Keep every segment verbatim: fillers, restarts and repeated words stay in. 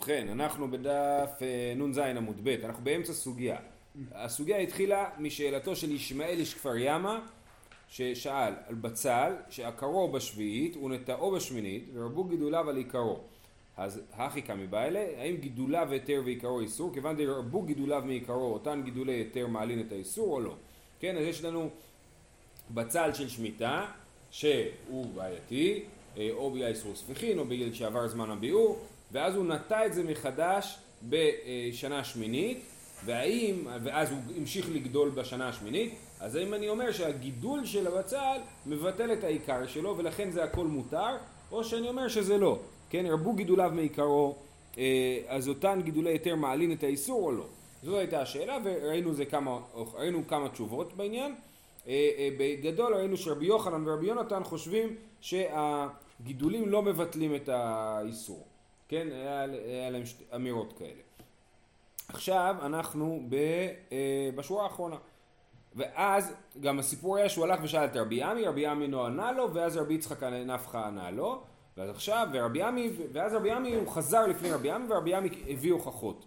ובכן, אנחנו בדף נ"ז עמוד ב', אנחנו באמצע סוגיה. הסוגיה התחילה משאלתו של ישמעאל איש כפר ימה, ששאל על בצל, שעקרו בשביעית ונטעו בשמינית, ורבו גידוליו על עיקרו. אז הכי כמי בא אלה, האם גידוליו היתר ועיקרו איסור? כיוון דרבו גידוליו מעיקרו, אותן גידולי היתר מעלין את האיסור או לא? כן, אז יש לנו בצל של שמיטה, שהוא בעייתי, או בגלל איסור ספיחין, או בגלל שעבר זמן הביאור, ואז הוא נטע את זה מחדש בשנה שמינית, והאם, ואז הוא המשיך לגדול בשנה השמינית, אז האם אני אומר שהגידול של הבצל מבטל את העיקר שלו, ולכן זה הכל מותר, או שאני אומר שזה לא. כן, רבו גידוליו מעיקרו, אז אותן גידולי יותר מעלין את האיסור או לא? זו הייתה השאלה, וראינו זה כמה, ראינו כמה תשובות בעניין. בגדול ראינו שרבי יוחנן ורבי יונתן חושבים שהגידולים לא מבטלים את האיסור. כן, היה, היה להם שתי אמירות כאלה. עכשיו אנחנו ב, בשורה האחרונה. ואז גם הסיפור היה שהוא הלך ושאל את רבי עמי, רבי עמי לא ענה לו, ואז רבי יצחק נפחא ענה לו. ואז עכשיו, ורבי עמי, ואז רבי עמי הוא חזר לפני רבי עמי, ורבי עמי הביא הוכחות.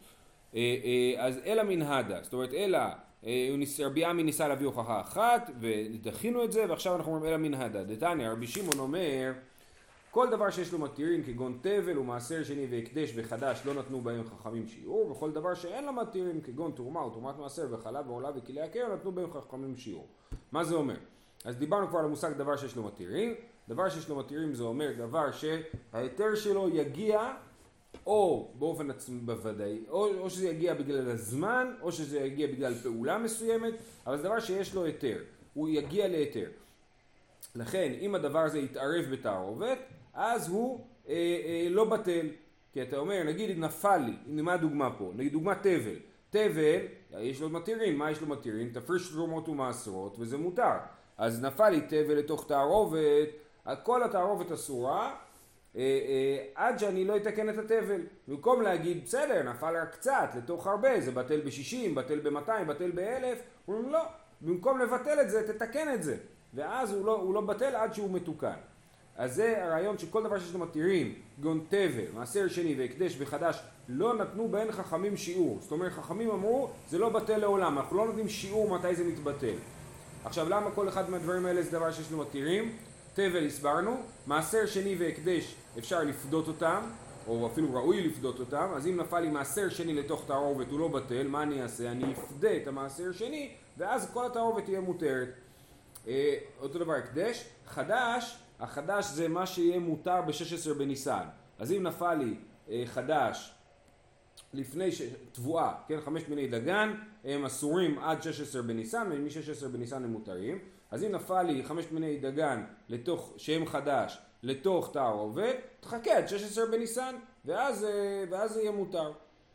אז אלא מן הדה, זאת אומרת אלא, רבי עמי ניסה להביא הוכחה אחת, ודחינו את זה, ועכשיו אנחנו אומרים אלא מן הדה. דתניא, רבי שמעון אומר, כל דבר שיש לו מתירים כגון תבל ומעשר שני והקדש וחדש לא נתנו בהם חכמים שיעור, וכל דבר שאין לו מתירים כגון תרומה או תרומת מעשר וחלב ועולה וכלי הקרן נתנו בהם חכמים שיעור. מה זה אומר? אז דיברנו כבר על המושג דבר שיש לו מתירים. דבר שיש לו מתירים זה אומר דבר שההיתר שלו יגיע או באופן עצמי בוודאי, או, או שזה יגיע בגלל הזמן, או שזה יגיע בגלל פעולה מסוימת, אבל זה דבר שיש לו היתר, הוא יגיע להיתר. לכן אם הדבר הזה יתערב בתערובת, אז הוא אה, אה, לא בטל. כי אתה אומר, נגיד נפל לי, מה הדוגמה פה? נגיד דוגמה תבל. תבל, יש לו מתירים, מה יש לו מתירים? תפריש תרומות ומעשרות, וזה מותר. אז נפל לי תבל לתוך תערובת, כל התערובת אסורה, אה, אה, עד שאני לא אתקן את התבל. במקום להגיד, בסדר, נפל רק קצת, לתוך הרבה, זה בטל ב-שישים, בטל ב-מאתיים, בטל ב-אלף, הוא אומר, לא, במקום לבטל את זה, תתקן את זה. ואז הוא לא, הוא לא בטל עד שהוא מתוקן. אז זה הרעיון שכל דבר שיש לו מתירים, גון תבל, מעשר שני והקדש וחדש, לא נתנו בהן חכמים שיעור. זאת אומרת, חכמים אמרו, זה לא בטל לעולם, אנחנו לא נותנים שיעור מתי זה מתבטל. עכשיו, למה כל אחד מהדברים האלה זה דבר שיש לו מתירים? תבל הסברנו, מעשר שני והקדש אפשר לפדות אותם, או אפילו ראוי לפדות אותם, אז אם נפל לי מעשר שני לתוך תערובת הוא לא בטל, מה אני אעשה? אני אפדה את המעשר שני, ואז כל התערובת תהיה מותרת. אה, אותו דבר הקדש, חדש, החדש זה מה שיהיה מותר ב-שש עשרה בניסן. אז אם נפל לי אה, חדש לפני ש... תבואה, כן, חמש מיני דגן, הם אסורים עד שש עשרה בניסן, ומ-שש עשרה בניסן הם מותרים. אז אם נפל לי חמש מיני דגן לתוך, שהם חדש, לתוך תערובת, תחכה עד שש עשרה בניסן, ואז, ואז זה יהיה מותר.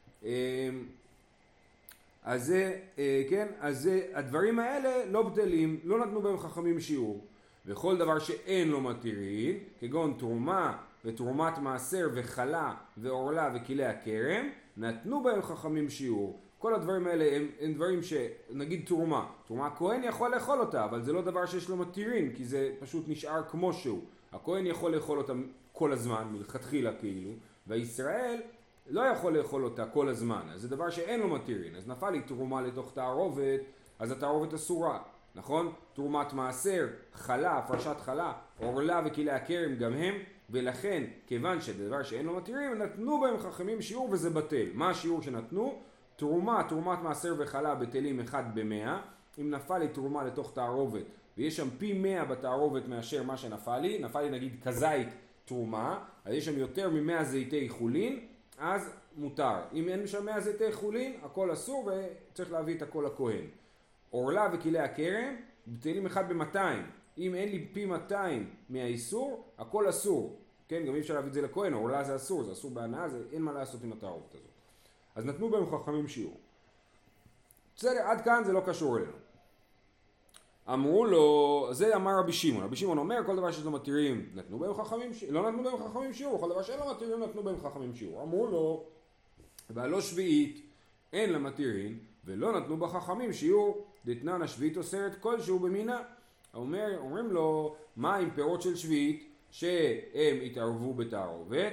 אז זה, כן, אז זה, הדברים האלה לא בטלים, לא נתנו בהם חכמים שיעור. וכל דבר שאין לו מתירים, כגון תרומה ותרומת מעשר וחלה ועורלה וכלי הכרם, נתנו בהם חכמים שיעור. כל הדברים האלה הם, הם דברים שנגיד תרומה, תרומה הכהן יכול לאכול אותה, אבל זה לא דבר שיש לו מתירים, כי זה פשוט נשאר כמו שהוא. הכהן יכול לאכול אותה כל הזמן, מלכתחילה כאילו, והישראל לא יכול לאכול אותה כל הזמן, אז זה דבר שאין לו מתירים. אז נפל לי תרומה לתוך תערובת, אז התערובת אסורה, נכון? תרומת מעשר, חלה, הפרשת חלה, עורלה וכלי הכרם גם הם, ולכן כיוון שדבר שאין לו מתירים, נתנו בהם חכמים שיעור וזה בטל. מה השיעור שנתנו? תרומה, תרומת מעשר וחלה בטלים אחד במאה. אם נפל לי תרומה לתוך תערובת ויש שם פי מאה בתערובת מאשר מה שנפל לי, נפל לי נגיד כזית תרומה, אז יש שם יותר ממאה זיתי חולין, אז מותר. אם אין שם מאה זיתי חולין, הכל אסור וצריך להביא את הכל לכהן. עורלה וכלי הכרם, בטלים אחד במאתיים. אם אין לי פי מאתיים מהאיסור, הכל אסור. כן, גם אי אפשר להביא את זה לכהן, עורלה זה אסור, זה אסור בהנאה, זה אין מה לעשות עם התערובת הזאת. אז נתנו בהם חכמים שיעור. בסדר, עד כאן זה לא קשור אלינו. אמרו לו, זה אמר רבי שמעון. רבי שמעון אומר, כל דבר שיש לו מתירים, נתנו בהם חכמים שיעור. לא נתנו בהם חכמים שיעור, כל דבר שאין לו מתירים, נתנו בהם חכמים שיעור. אמרו לו, והלא שביעית, אין לה מתירים, ולא נתנו בה חכמים שיעור, דתנן השביעית אוסרת כלשהו במינה. אומר, אומרים לו, מה עם פירות של שביעית, שהם התערבו בתערובת,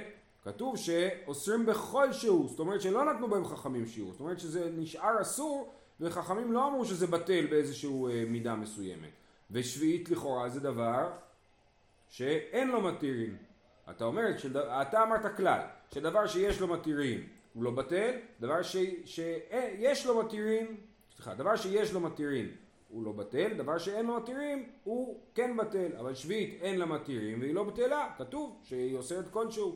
כתוב שאוסרים בכל שהוא, זאת אומרת שלא נתנו בהם חכמים שיעור, זאת אומרת שזה נשאר אסור וחכמים לא אמרו שזה בטל באיזשהו מידה מסוימת. ושביעית לכאורה זה דבר שאין לו מתירים. אתה אומר, שד... אתה אמרת כלל, שדבר שיש לו מתירים הוא לא בטל, דבר ש... שיש לו מתירים, סליחה, דבר שיש לו מתירים הוא לא בטל, דבר שאין לו מתירים הוא כן בטל, אבל שביעית אין לה מתירים והיא לא בטלה, כתוב שהיא אוסרת כלשהו.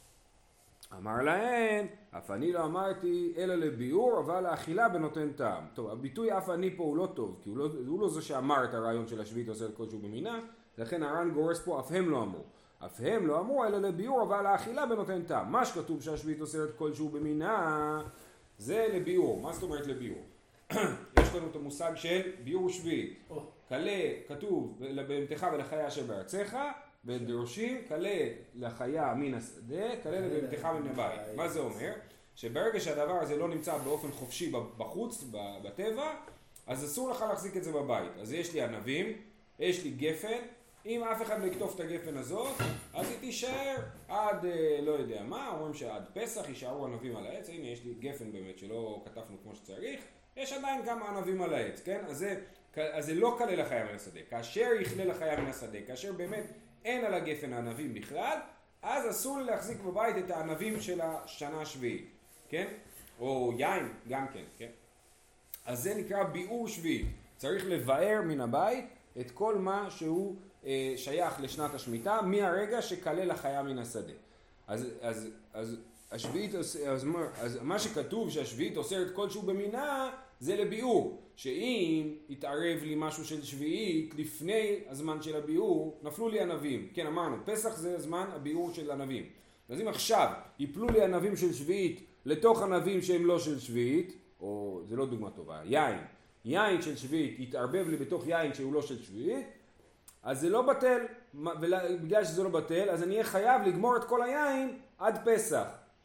אמר להן, אף אני לא אמרתי אלא לביאור, אבל האכילה בנותן טעם. טוב, הביטוי אף אני פה הוא לא טוב, כי הוא לא, הוא לא זה שאמר את הרעיון של השביעית אוסרת כלשהו במינה, לכן הר"ן גורס פה, אף הם לא אמרו. אף הם לא אמרו אלא לביאור, אבל האכילה בנותן טעם. מה שכתוב שהשביעית אוסרת כלשהו במינה, זה לביאור. מה זאת אומרת לביאור? יש לנו את המושג של ביאור שביעית. כלה, כתוב, לבהמתך ולחיה אשר בארצך, ודרושים, כלה לחיה מן השדה, כלה לבהמתך מן הבית. מה זה אומר? שברגע שהדבר הזה לא נמצא באופן חופשי בחוץ, בטבע, אז אסור לך להחזיק את זה בבית. אז יש לי ענבים, יש לי גפן, אם אף אחד לא יקטוף את הגפן הזאת, אז היא תישאר עד, לא יודע מה, אומרים שעד פסח יישארו ענבים על העץ, הנה יש לי גפן באמת שלא כתפנו כמו שצריך, יש עדיין כמה ענבים על העץ, כן? אז זה, אז זה לא כלל לחיה מן השדה. כאשר יכלה לחיה מן השדה, כאשר באמת אין על הגפן הענבים בכלל, אז אסור לי להחזיק בבית את הענבים של השנה השביעית, כן? או יין, גם כן, כן? אז זה נקרא ביאור שביעית. צריך לבאר מן הבית את כל מה שהוא אה, שייך לשנת השמיטה, מהרגע שכלה לחיה מן השדה. אז, אז, אז, השביעית, אז, אז, אז מה שכתוב שהשביעית אוסרת כלשהו במינה, זה לביאור. שאם יתערב לי משהו של שביעית לפני הזמן של הביאור, נפלו לי ענבים. כן, אמרנו, פסח זה זמן הביאור של ענבים. אז אם עכשיו יפלו לי ענבים של שביעית לתוך ענבים שהם לא של שביעית, או זה לא דוגמה טובה, יין, יין של שביעית יתערבב לי בתוך יין שהוא לא של שביעית, אז זה לא בטל, ובגלל שזה לא בטל, אז אני אהיה חייב לגמור את כל היין עד פסח.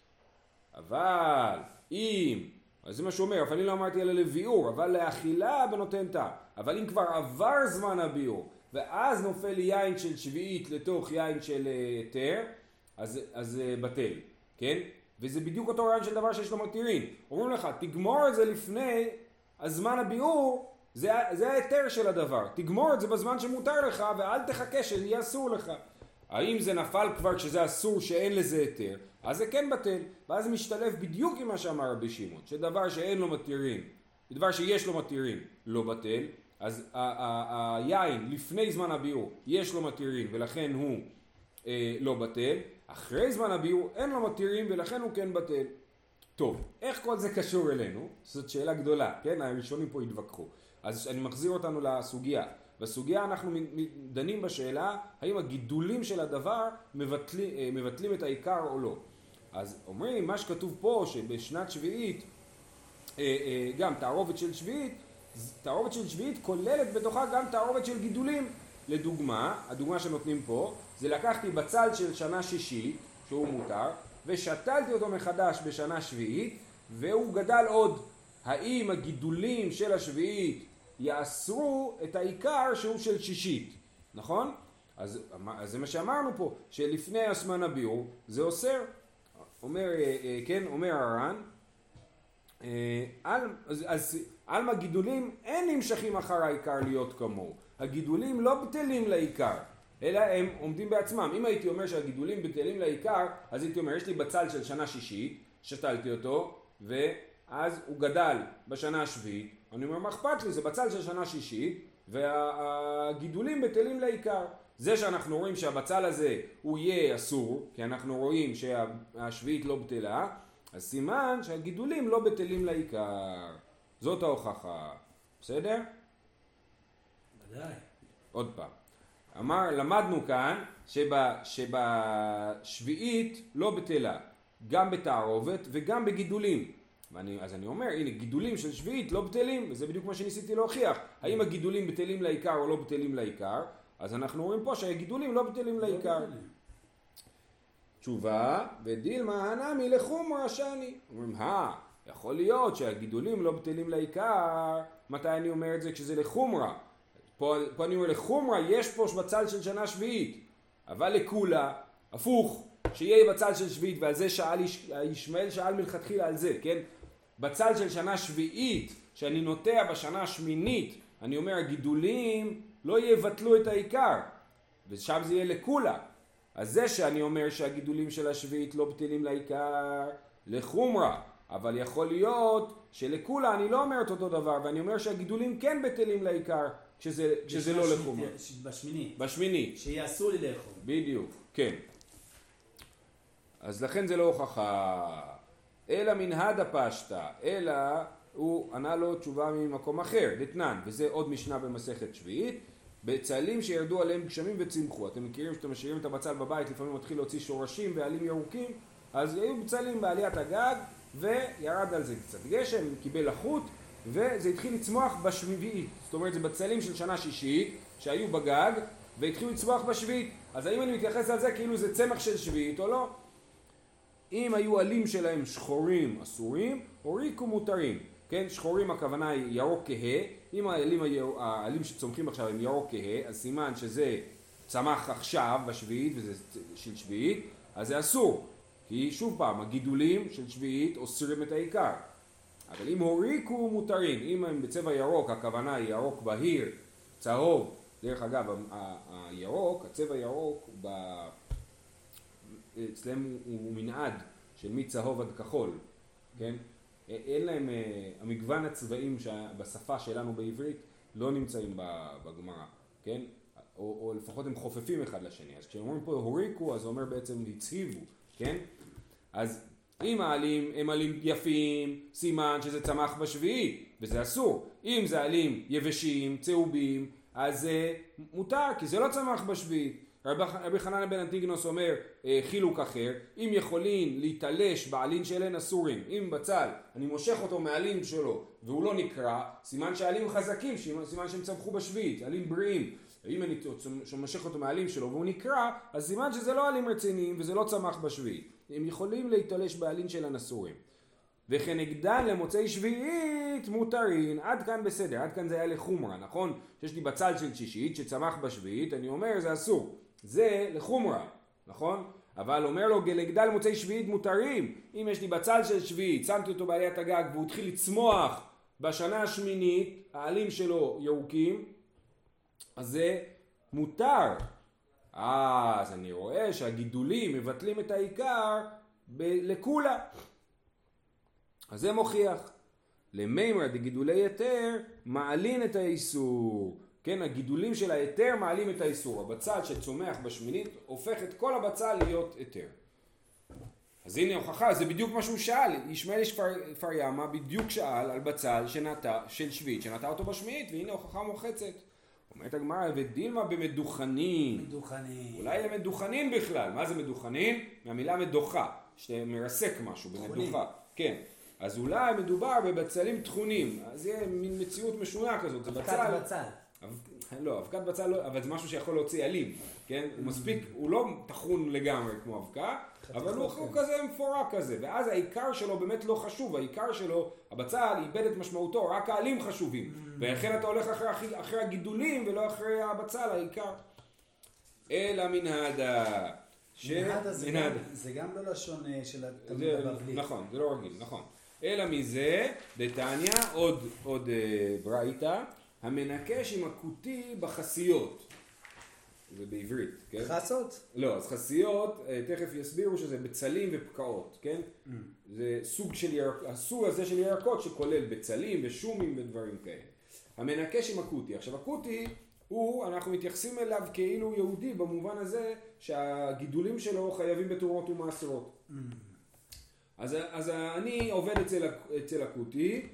אבל אם, אז זה מה שהוא אומר, אבל אני לא אמרתי אלא לביאור, אבל לאכילה בנותן טעם. אבל אם כבר עבר זמן הביאור, ואז נופל לי יין של שביעית לתוך יין של תר, אז זה בטל, כן? וזה בדיוק אותו רעיון של דבר שיש לו מתירים. אומרים לך, תגמור את זה לפני הזמן הביאור, זה, זה ההיתר של הדבר. תגמור את זה בזמן שמותר לך, ואל תחכה שיהיה אסור לך. האם זה נפל כבר כשזה אסור שאין לזה היתר? אז זה כן בטל. ואז זה משתלב בדיוק עם מה שאמר רבי שמעון, שדבר שאין לו מתירים, דבר שיש לו מתירים, לא בטל. אז היין לפני זמן הביאור יש לו מתירים, ולכן הוא אה, לא בטל. אחרי זמן הביאור אין לו מתירים, ולכן הוא כן בטל. טוב, איך כל זה קשור אלינו? זאת שאלה גדולה, כן? הראשונים פה התווכחו. אז אני מחזיר אותנו לסוגיה. בסוגיה אנחנו דנים בשאלה האם הגידולים של הדבר מבטלים, מבטלים את העיקר או לא. אז אומרים, מה שכתוב פה שבשנת שביעית, גם תערובת של שביעית, תערובת של שביעית כוללת בתוכה גם תערובת של גידולים. לדוגמה, הדוגמה שנותנים פה, זה לקחתי בצל של שנה שישית, שהוא מותר, ושתלתי אותו מחדש בשנה שביעית, והוא גדל עוד. האם הגידולים של השביעית יאסרו את העיקר שהוא של שישית, נכון? אז, אז זה מה שאמרנו פה, שלפני הזמן הביאור זה אוסר. אומר, כן, אומר הר"ן, אז, אז על הגידולים אין נמשכים אחר העיקר להיות כמוהו. הגידולים לא בטלים לעיקר, אלא הם עומדים בעצמם. אם הייתי אומר שהגידולים בטלים לעיקר, אז הייתי אומר, יש לי בצל של שנה שישית, שתלתי אותו, ואז הוא גדל בשנה השביעית. אני אומר, מה אכפת לי? זה בצל של שנה שישית, והגידולים בטלים לעיקר. זה שאנחנו רואים שהבצל הזה הוא יהיה אסור, כי אנחנו רואים שהשביעית לא בטלה, אז סימן שהגידולים לא בטלים לעיקר. זאת ההוכחה. בסדר? ודאי. עוד פעם. אמר, למדנו כאן שבה, שבשביעית לא בטלה, גם בתערובת וגם בגידולים. ואני, אז אני אומר, הנה, גידולים של שביעית לא בטלים, וזה בדיוק מה שניסיתי להוכיח. האם הגידולים בטלים לעיקר או לא בטלים לעיקר? אז אנחנו רואים פה שהגידולים לא בטלים לעיקר. תשובה, ודילמה הנמי לחומרה שאני. אומרים, אה, יכול להיות שהגידולים לא בטלים לעיקר. מתי אני אומר את זה? כשזה לחומרה. פה, פה אני אומר לחומרה, יש פה בצל של שנה שביעית. אבל לכולה, הפוך, שיהיה בצל של שביעית, ועל זה שאל ישמעאל שאל מלכתחילה על זה, כן? בצל של שנה שביעית, שאני נוטע בשנה השמינית, אני אומר הגידולים לא יבטלו את העיקר, ושם זה יהיה לכולה. אז זה שאני אומר שהגידולים של השביעית לא בטלים לעיקר, לחומרה, אבל יכול להיות שלכולה אני לא אומר את אותו דבר, ואני אומר שהגידולים כן בטלים לעיקר, כשזה, כשזה לא לחומרה. בשמינית. בשמינית. שיעשו לי לאכול. בדיוק, כן. אז לכן זה לא הוכחה. אלא מנהד הפשטה, אלא הוא ענה לו תשובה ממקום אחר, דתנן, וזה עוד משנה במסכת שביעית, בצלים שירדו עליהם גשמים וצמחו. אתם מכירים שאתם משאירים את הבצל בבית, לפעמים מתחיל להוציא שורשים ועלים ירוקים, אז היו בצלים בעליית הגג, וירד על זה קצת גשם, קיבל לחות, וזה התחיל לצמוח בשביעית. זאת אומרת, זה בצלים של שנה שישית, שהיו בגג, והתחילו לצמוח בשביעית. אז האם אני מתייחס על זה כאילו זה צמח של שביעית או לא? אם היו עלים שלהם שחורים אסורים, הוריקו מותרים. כן, שחורים הכוונה היא ירוק כהה. אם העלים, העלים שצומחים עכשיו הם ירוק כהה, אז סימן שזה צמח עכשיו בשביעית, וזה של שביעית, אז זה אסור. כי שוב פעם, הגידולים של שביעית אוסרים את העיקר. אבל אם הוריקו מותרים, אם הם בצבע ירוק, הכוונה היא ירוק בהיר, צהוב. דרך אגב, הירוק, הצבע ירוק, ב... אצלם הוא מנעד של מצהוב עד כחול, כן? אין להם, המגוון הצבעים בשפה שלנו בעברית לא נמצאים בגמרא, כן? או, או לפחות הם חופפים אחד לשני. אז כשאומרים פה הוריקו, אז זה אומר בעצם הציבו, כן? אז אם העלים הם עלים יפים, סימן שזה צמח בשביעית, וזה אסור. אם זה עלים יבשים, צהובים, אז זה מותר, כי זה לא צמח בשביעית. רבי חנניה בן אנטיגנוס אומר חילוק אחר, אם יכולים להתעלש בעלים שלהן אסורים, אם בצל אני מושך אותו מהעלים שלו והוא לא נקרא, סימן שהעלים חזקים, סימן שהם צמחו בשביעית, עלים בריאים. אם אני מושך אותו מהעלים שלו והוא נקרא, אז סימן שזה לא עלים רציניים וזה לא צמח בשביעית. הם יכולים להתעלש בעלים שלהן אסורים. וכן נגדן למוצאי שביעית מותרין, עד כאן בסדר, עד כאן זה היה לחומרה, נכון? שיש לי בצל של שישית שצמח בשביעית, אני אומר זה אסור. זה לחומרה, נכון? אבל אומר לו לגדל מוצאי שביעית מותרים. אם יש לי בצל של שביעית, שמתי אותו בעליית הגג והוא התחיל לצמוח בשנה השמינית, העלים שלו ירוקים, אז זה מותר. אז אני רואה שהגידולים מבטלים את העיקר ב- לכולה. אז זה מוכיח. למימרא דגידולי יתר מעלין את האיסור. כן, הגידולים של היתר מעלים את האיסור. הבצל שצומח בשמינית הופך את כל הבצל להיות יתר. אז הנה הוכחה, זה בדיוק מה שהוא שאל. ישמעאל כפר ימה בדיוק שאל על בצל שנטע, של שביעית, שנטע אותו בשמינית, והנה הוכחה מוחצת. אומרת הגמרא, ודילמה במדוכנין. מדוכנין. אולי הם מדוכנין בכלל. מה זה מדוכנין? מהמילה מדוחה, שמרסק משהו במדוחה. כן. אז אולי מדובר בבצלים תכונים. אז זה מין מציאות משונה כזאת. זה אבקת בצל. בצל. לא, אבקת בצל לא, אבל זה משהו שיכול להוציא עלים, כן? הוא מספיק, הוא לא תכון לגמרי כמו אבקה, אבל הוא, הוא כזה מפורק כזה, ואז העיקר שלו באמת לא חשוב, העיקר שלו, הבצל איבד את משמעותו, רק העלים חשובים, ולכן אתה הולך אחרי, אחרי הגידולים ולא אחרי הבצל, העיקר. אלא מנהדה. מנהדה זה, זה גם לא לשון של התלמוד הבבלי. נכון, זה לא רגיל, נכון. אלא מזה, דתניא, עוד, עוד אה, ברייתא, המנקש עם הכותי בחסיות. זה בעברית, כן? חסות? לא, אז חסיות, תכף יסבירו שזה בצלים ופקעות, כן? Mm. זה סוג של ירק... הסוג הזה של ירקות שכולל בצלים ושומים ודברים כאלה. המנקש עם הכותי. עכשיו, הכותי הוא, אנחנו מתייחסים אליו כאילו יהודי, במובן הזה שהגידולים שלו חייבים בתרומות ומעשרות. Mm. אז, אז אני עובד אצל, אצל הכותי,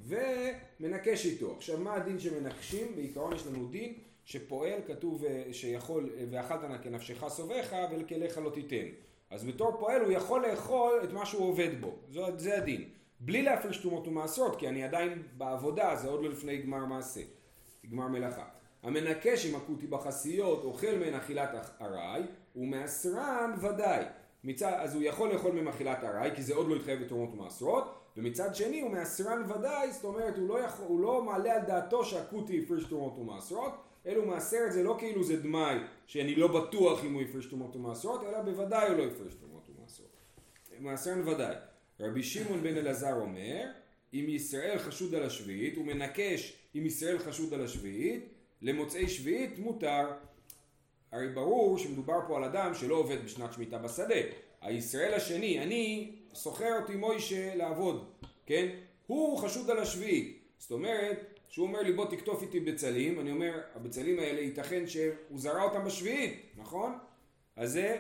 ומנקש איתו. עכשיו, מה הדין שמנקשים? בעיקרון יש לנו דין שפועל, כתוב שיכול, ואכלת נא כנפשך סובך ולכליך לא תיתן. אז בתור פועל הוא יכול לאכול את מה שהוא עובד בו. זה, זה הדין. בלי להפריש תרומות ומעשרות, כי אני עדיין בעבודה, זה עוד לא לפני גמר מעשה, גמר מלאכה. המנקש עם הכותי בחסיות, אוכל מן אכילת ארעי, ומאסרן ודאי. מצד, אז הוא יכול לאכול ממאכילת ארעי, כי זה עוד לא יתחייב בתרומות ומעשרות, ומצד שני הוא מאסרן ודאי, זאת אומרת הוא לא, יכול, הוא לא מעלה על דעתו שהכותי הפריש תרומות ומעשרות, אלו מעשרת זה לא כאילו זה דמי, שאני לא בטוח אם הוא יפרש תרומות ומעשרות, אלא בוודאי הוא לא יפרש תרומות ומעשרות. מעשרן ודאי. רבי שמעון בן אלעזר אומר, אם ישראל חשוד על השביעית, הוא מנקש אם ישראל חשוד על השביעית, למוצאי שביעית מותר. הרי ברור שמדובר פה על אדם שלא עובד בשנת שמיטה בשדה. הישראל השני, אני סוחר אותי מוישה לעבוד, כן? הוא חשוד על השביעית. זאת אומרת, שהוא אומר לי בוא תקטוף איתי בצלים, אני אומר, הבצלים האלה ייתכן שהוא זרע אותם בשביעית, נכון? אז זה,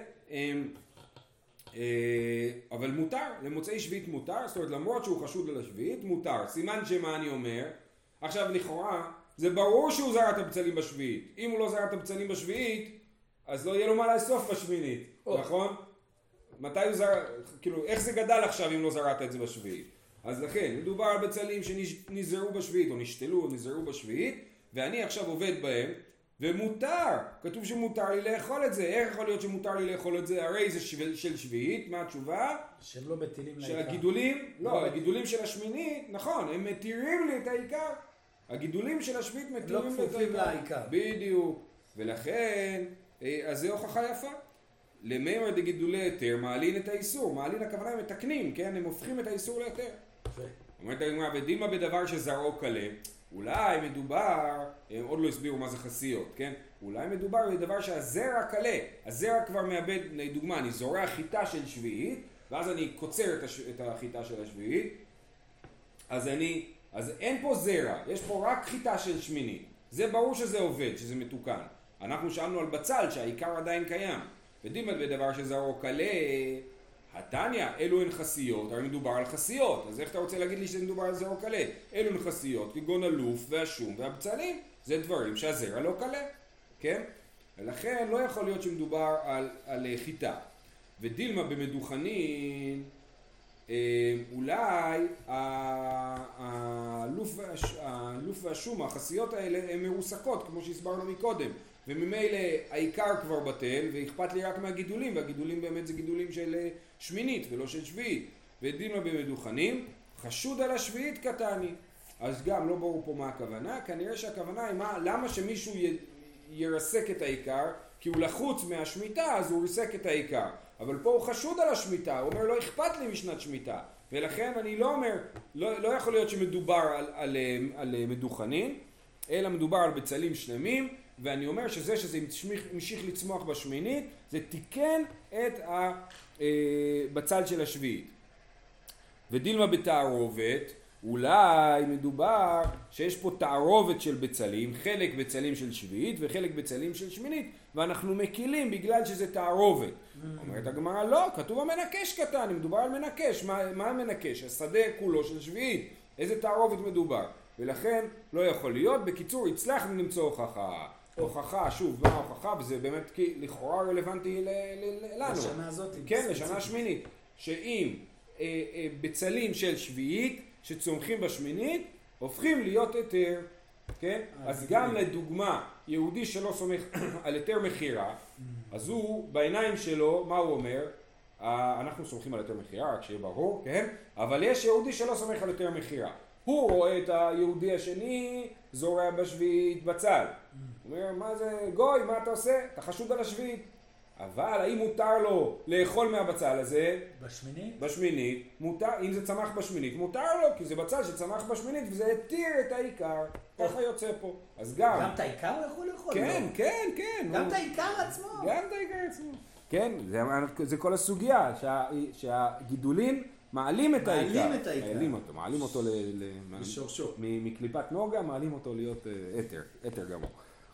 אבל מותר, למוצאי שביעית מותר, זאת אומרת למרות שהוא חשוד על השביעית, מותר. סימן שמה אני אומר? עכשיו לכאורה, זה ברור שהוא זרע את הבצלים בשביעית. אם הוא לא זרע את הבצלים בשביעית, אז לא יהיה לו מה לאסוף בשמינית, נכון? מתי הוא זרע, כאילו, איך זה גדל עכשיו אם לא זרעת את זה בשביעית? אז לכן, מדובר על בצלים שנזרעו בשביעית, או נשתלו או נזרעו בשביעית, ואני עכשיו עובד בהם, ומותר, כתוב שמותר לי לאכול את זה. איך יכול להיות שמותר לי לאכול את זה? הרי זה של שביעית, מה התשובה? שהם לא מטילים לעיקר. של הגידולים, לא, הגידולים של השמינית, נכון, הם מתירים לי את העיקר. הגידולים של השביעית מתירים לי את העיקר. בדיוק. ולכן, אז זה הוכחה יפה. למאמר דגידולי היתר מעלין את האיסור. מעלין הכוונה הם מתקנים, כן? הם הופכים את האיסור ליתר. אומרת הגמרא, ודילמה בדבר שזרעו קלה, אולי מדובר, הם עוד לא הסבירו מה זה חסיות, כן? אולי מדובר בדבר שהזרע קלה. הזרע כבר מאבד, לדוגמה, אני זורע חיטה של שביעית, ואז אני קוצר את, הש... את החיטה של השביעית, אז אני, אז אין פה זרע, יש פה רק חיטה של שמינית. זה ברור שזה עובד, שזה מתוקן. אנחנו שאלנו על בצל שהעיקר עדיין קיים. ודילמה בדבר שזרעו קלה, התניא, אלו הן חסיות, הרי מדובר על חסיות, אז איך אתה רוצה להגיד לי שזה מדובר על זרע קלה? אלו הן חסיות, כגון הלוף והשום והבצלים, זה דברים שהזרע לא קלה, כן? ולכן לא יכול להיות שמדובר על, על חיטה. ודילמה במדוכנין, אולי הלוף, והש, הלוף והשום, החסיות האלה הן מרוסקות, כמו שהסברנו מקודם. וממילא העיקר כבר בטל, ואכפת לי רק מהגידולים, והגידולים באמת זה גידולים של שמינית ולא של שביעית. ודילמה במדוכנים, חשוד על השביעית קטני. אז גם לא ברור פה מה הכוונה, כנראה שהכוונה היא מה, למה שמישהו י, ירסק את העיקר, כי הוא לחוץ מהשמיטה אז הוא ריסק את העיקר. אבל פה הוא חשוד על השמיטה, הוא אומר לא אכפת לי משנת שמיטה. ולכן אני לא אומר, לא, לא יכול להיות שמדובר על, על, על, על מדוכנים, אלא מדובר על בצלים שלמים, ואני אומר שזה שזה המשיך לצמוח בשמינית, זה תיקן את הבצל של השביעית. ודילמה בתערובת, אולי מדובר שיש פה תערובת של בצלים, חלק בצלים של שביעית וחלק בצלים של שמינית, ואנחנו מקילים בגלל שזה תערובת. אומרת הגמרא, לא, כתוב המנקש קטן, מדובר על מנקש. מה, מה המנקש? השדה כולו של שביעית. איזה תערובת מדובר? ולכן לא יכול להיות. בקיצור, הצלחנו למצוא הוכחה. הוכחה, שוב, מה ההוכחה? וזה באמת לכאורה רלוונטי לנו. לשנה הזאת. כן, לשנה שמינית. שאם אה, אה, בצלים של שביעית שצומחים בשמינית, הופכים להיות היתר. כן? אז גם לדוגמה, יהודי שלא סומך על היתר מחירה, אז הוא בעיניים שלו, מה הוא אומר? אנחנו סומכים על היתר מחירה, רק שיהיה ברור, כן? אבל יש יהודי שלא סומך על היתר מחירה. הוא רואה את היהודי השני זורע בשביעית בצל. הוא אומר, מה זה גוי, מה אתה עושה? אתה חשוד על השביעית. אבל האם מותר לו לאכול מהבצל הזה? בשמינית? בשמינית. מותר, אם זה צמח בשמינית, מותר לו, כי זה בצל שצמח בשמינית, וזה התיר את העיקר. ככה יוצא פה. אז גם... גם את העיקר הוא יכול לאכול? כן, כן, כן. גם את העיקר עצמו? גם את העיקר עצמו. כן, זה, זה כל הסוגיה, שה, שהגידולים מעלים את העיקר. מעלים את העיקר. מעלים אותו, מעלים אותו ל... ל בשורשו. מקליפת נוגה, מעלים אותו להיות אתר, אתר גמור.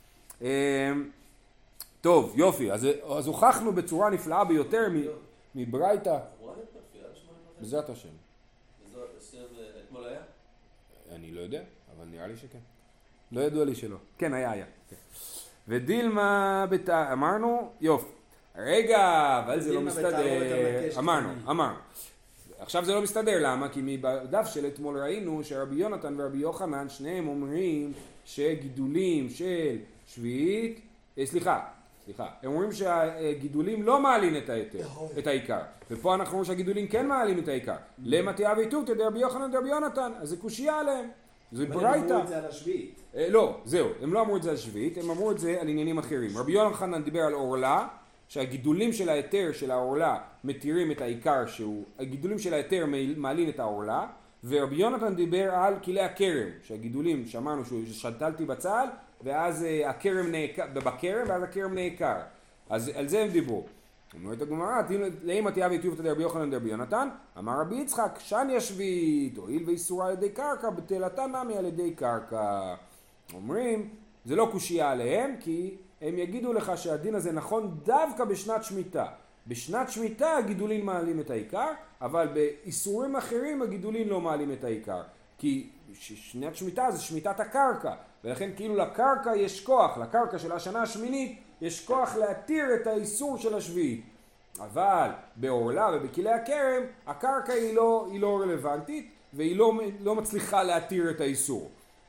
טוב, יופי, אז, אז הוכחנו בצורה נפלאה ביותר מברייתא. בעזרת השם. אתמול היה? אני לא יודע, אבל נראה לי שכן. לא ידוע לי שלא. כן, היה, היה. כן. ודילמה בתא, אמרנו, יופי. רגע, אבל זה לא מסתדר. אמרנו, אמרנו. עכשיו זה לא מסתדר, למה? כי בדף של אתמול ראינו שרבי יונתן ורבי יוחנן, שניהם אומרים שגידולים של שביעית, סליחה, סליחה, הם אומרים שהגידולים לא מעלים את היתר, את העיקר. ופה אנחנו אומרים שהגידולים כן מעלים את העיקר. למה תיאב איתוב תדע רבי יוחנן ורבי יונתן, אז זה קושיה עליהם. זה אבל ברייתא. הם אמרו את זה על השביעית. אה, לא, זהו, הם לא אמרו את זה על שביעית, הם אמרו את זה על עניינים אחרים. רבי יוחנן דיבר על עורלה, שהגידולים של ההיתר של העורלה מתירים את העיקר שהוא, הגידולים של ההיתר מעלים את העורלה, ורבי יונתן דיבר על כלי הכרם, שהגידולים שאמרנו ששתלתי בצל, ואז אה, הכרם נעקר, בכרם, ואז הכרם נעקר. אז על זה הם דיברו. אומרת הגמרא, לאמא תיאבי טיובתא דרבי יוחנן דרבי יונתן, אמר רבי יצחק, שאני השביעית, הואיל ואיסורה על ידי קרקע, בטלתה נמי על ידי קרקע. אומרים, זה לא קושיה עליהם, כי הם יגידו לך שהדין הזה נכון דווקא בשנת שמיטה. בשנת שמיטה הגידולים מעלים את העיקר, אבל באיסורים אחרים הגידולים לא מעלים את העיקר. כי שנת שמיטה זה שמיטת הקרקע, ולכן כאילו לקרקע יש כוח, לקרקע של השנה השמינית, יש כוח להתיר את האיסור של השביעית. אבל בעורלה ובכלי הכרם, הקרקע היא לא, היא לא רלוונטית, והיא לא, לא מצליחה להתיר את האיסור.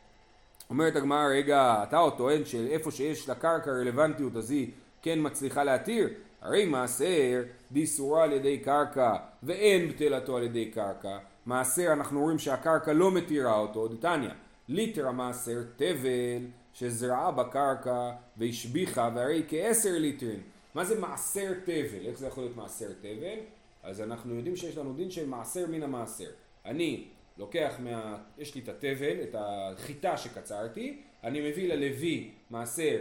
אומרת הגמרא, רגע, אתה עוד טוען שאיפה שיש לקרקע רלוונטיות, אז היא כן מצליחה להתיר? הרי מעשר דיסורה על ידי קרקע, ואין בטלתו על ידי קרקע. מעשר אנחנו רואים שהקרקע לא מתירה אותו, דתניא. ליטר המעשר תבל שזרעה בקרקע והשביחה, והרי כעשר ליטרים. מה זה מעשר תבל? איך זה יכול להיות מעשר תבל? אז אנחנו יודעים שיש לנו דין של מעשר מן המעשר. אני לוקח מה... יש לי את התבל, את החיטה שקצרתי, אני מביא ללוי מעשר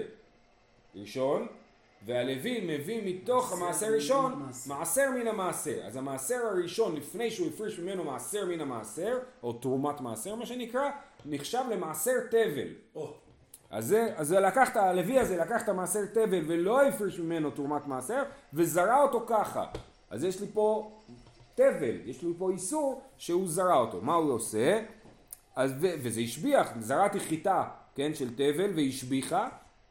ראשון, והלוי מביא מתוך המעשר ראשון מעשר מן המעשר. אז המעשר הראשון לפני שהוא הפריש ממנו מעשר מן המעשר, או תרומת מעשר מה שנקרא, נחשב למעשר תבל. Oh. אז זה, אז זה לקח, הלוי הזה לקח את המעשר תבל ולא הפריש ממנו תרומת מעשר, וזרע אותו ככה. אז יש לי פה תבל, יש לי פה איסור שהוא זרע אותו. מה הוא עושה? אז, ו, וזה השביח, זרעתי חיטה, כן, של תבל והשביחה,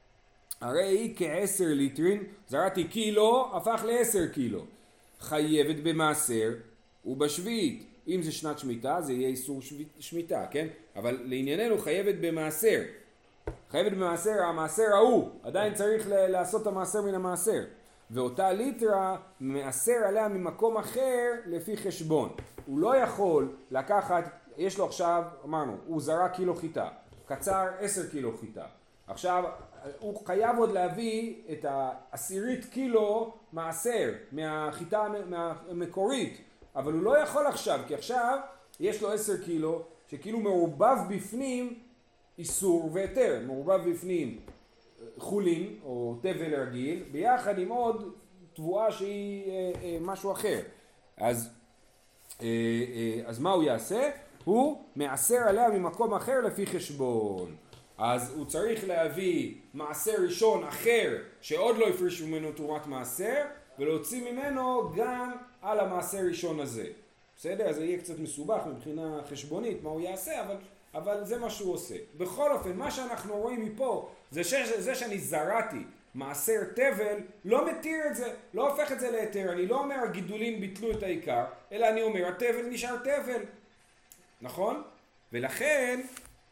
הרי היא כעשר ליטרים, זרעתי קילו, הפך לעשר קילו. חייבת במעשר ובשביעית. אם זה שנת שמיטה, זה יהיה איסור שמיטה, כן? אבל לענייננו חייבת במעשר. חייבת במעשר, המעשר ההוא, עדיין צריך לעשות את המעשר מן המעשר. ואותה ליטרה מעשר עליה ממקום אחר לפי חשבון. הוא לא יכול לקחת, יש לו עכשיו, אמרנו, הוא זרע קילו חיטה, קצר עשר קילו חיטה. עכשיו, הוא חייב עוד להביא את העשירית קילו מעשר מהחיטה המקורית, אבל הוא לא יכול עכשיו, כי עכשיו יש לו עשר קילו שכאילו מעורבב בפנים איסור והיתר, מעורבב בפנים חולין או תבל רגיל, ביחד עם עוד תבואה שהיא אה, אה, משהו אחר. אז, אה, אה, אז מה הוא יעשה? הוא מעשר עליה ממקום אחר לפי חשבון. אז הוא צריך להביא מעשר ראשון אחר שעוד לא הפריש ממנו תרומת מעשר, ולהוציא ממנו גם על המעשר ראשון הזה. בסדר? אז זה יהיה קצת מסובך מבחינה חשבונית מה הוא יעשה, אבל, אבל זה מה שהוא עושה. בכל אופן, מה שאנחנו רואים מפה, זה, ש, זה שאני זרעתי מעשר תבל, לא מתיר את זה, לא הופך את זה ליתר. אני לא אומר הגידולים ביטלו את העיקר, אלא אני אומר התבל נשאר תבל. נכון? ולכן,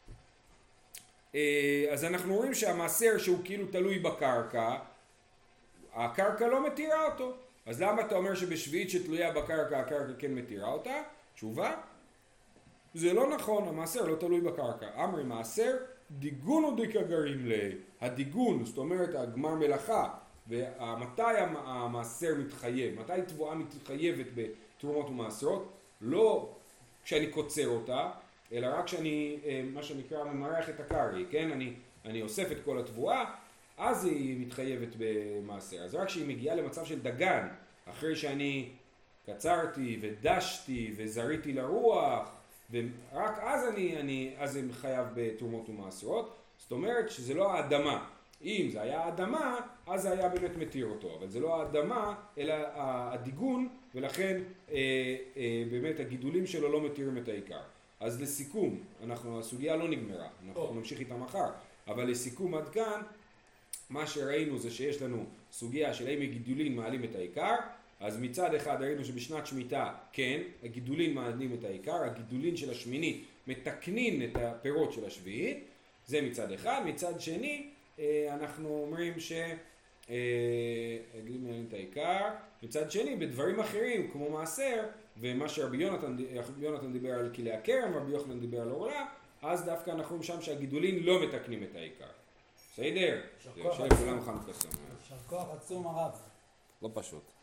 אז אנחנו רואים שהמעשר שהוא כאילו תלוי בקרקע, הקרקע לא מתירה אותו. אז למה אתה אומר שבשביעית שתלויה בקרקע, הקרקע כן מתירה אותה? תשובה, זה לא נכון, המעשר לא תלוי בקרקע. אמרי מעשר, דיגון או דקגרים לי. הדיגון, זאת אומרת הגמר מלאכה, ומתי המעשר מתחייב, מתי תבואה מתחייבת בתרומות ומעשרות? לא כשאני קוצר אותה, אלא רק כשאני, מה שנקרא, ממרח את הקרעי, כן? אני, אני אוסף את כל התבואה, אז היא מתחייבת במעשר. אז רק כשהיא מגיעה למצב של דגן, אחרי שאני קצרתי ודשתי וזריתי לרוח, ורק אז אני, אני, אז אני חייב בתרומות ומעשרות. זאת אומרת שזה לא האדמה. אם זה היה האדמה, אז זה היה באמת מתיר אותו. אבל זה לא האדמה, אלא הדיגון, ולכן אה, אה, באמת הגידולים שלו לא מתירים את העיקר. אז לסיכום, אנחנו, הסוגיה לא נגמרה, אנחנו oh. נמשיך איתה מחר, אבל לסיכום עד כאן, מה שראינו זה שיש לנו סוגיה של האם הגידולים מעלים את העיקר, אז מצד אחד ראינו שבשנת שמיטה כן, הגידולים מעלים את העיקר, הגידולים של השמינית מתקנים את הפירות של השביעית, זה מצד אחד, מצד שני אנחנו אומרים ש... הגידולים מעלים את העיקר, מצד שני בדברים אחרים כמו מעשר, ומה שרבי יונתן, יונתן דיבר על כלי הכרם, רבי יוחנן דיבר על עורלה, אז דווקא אנחנו רואים שם שהגידולים לא מתקנים את העיקר. בסדר? יישר כוח שיהיה לכולם חנוכה שמח. יישר כוח עצום הרב. לא פשוט.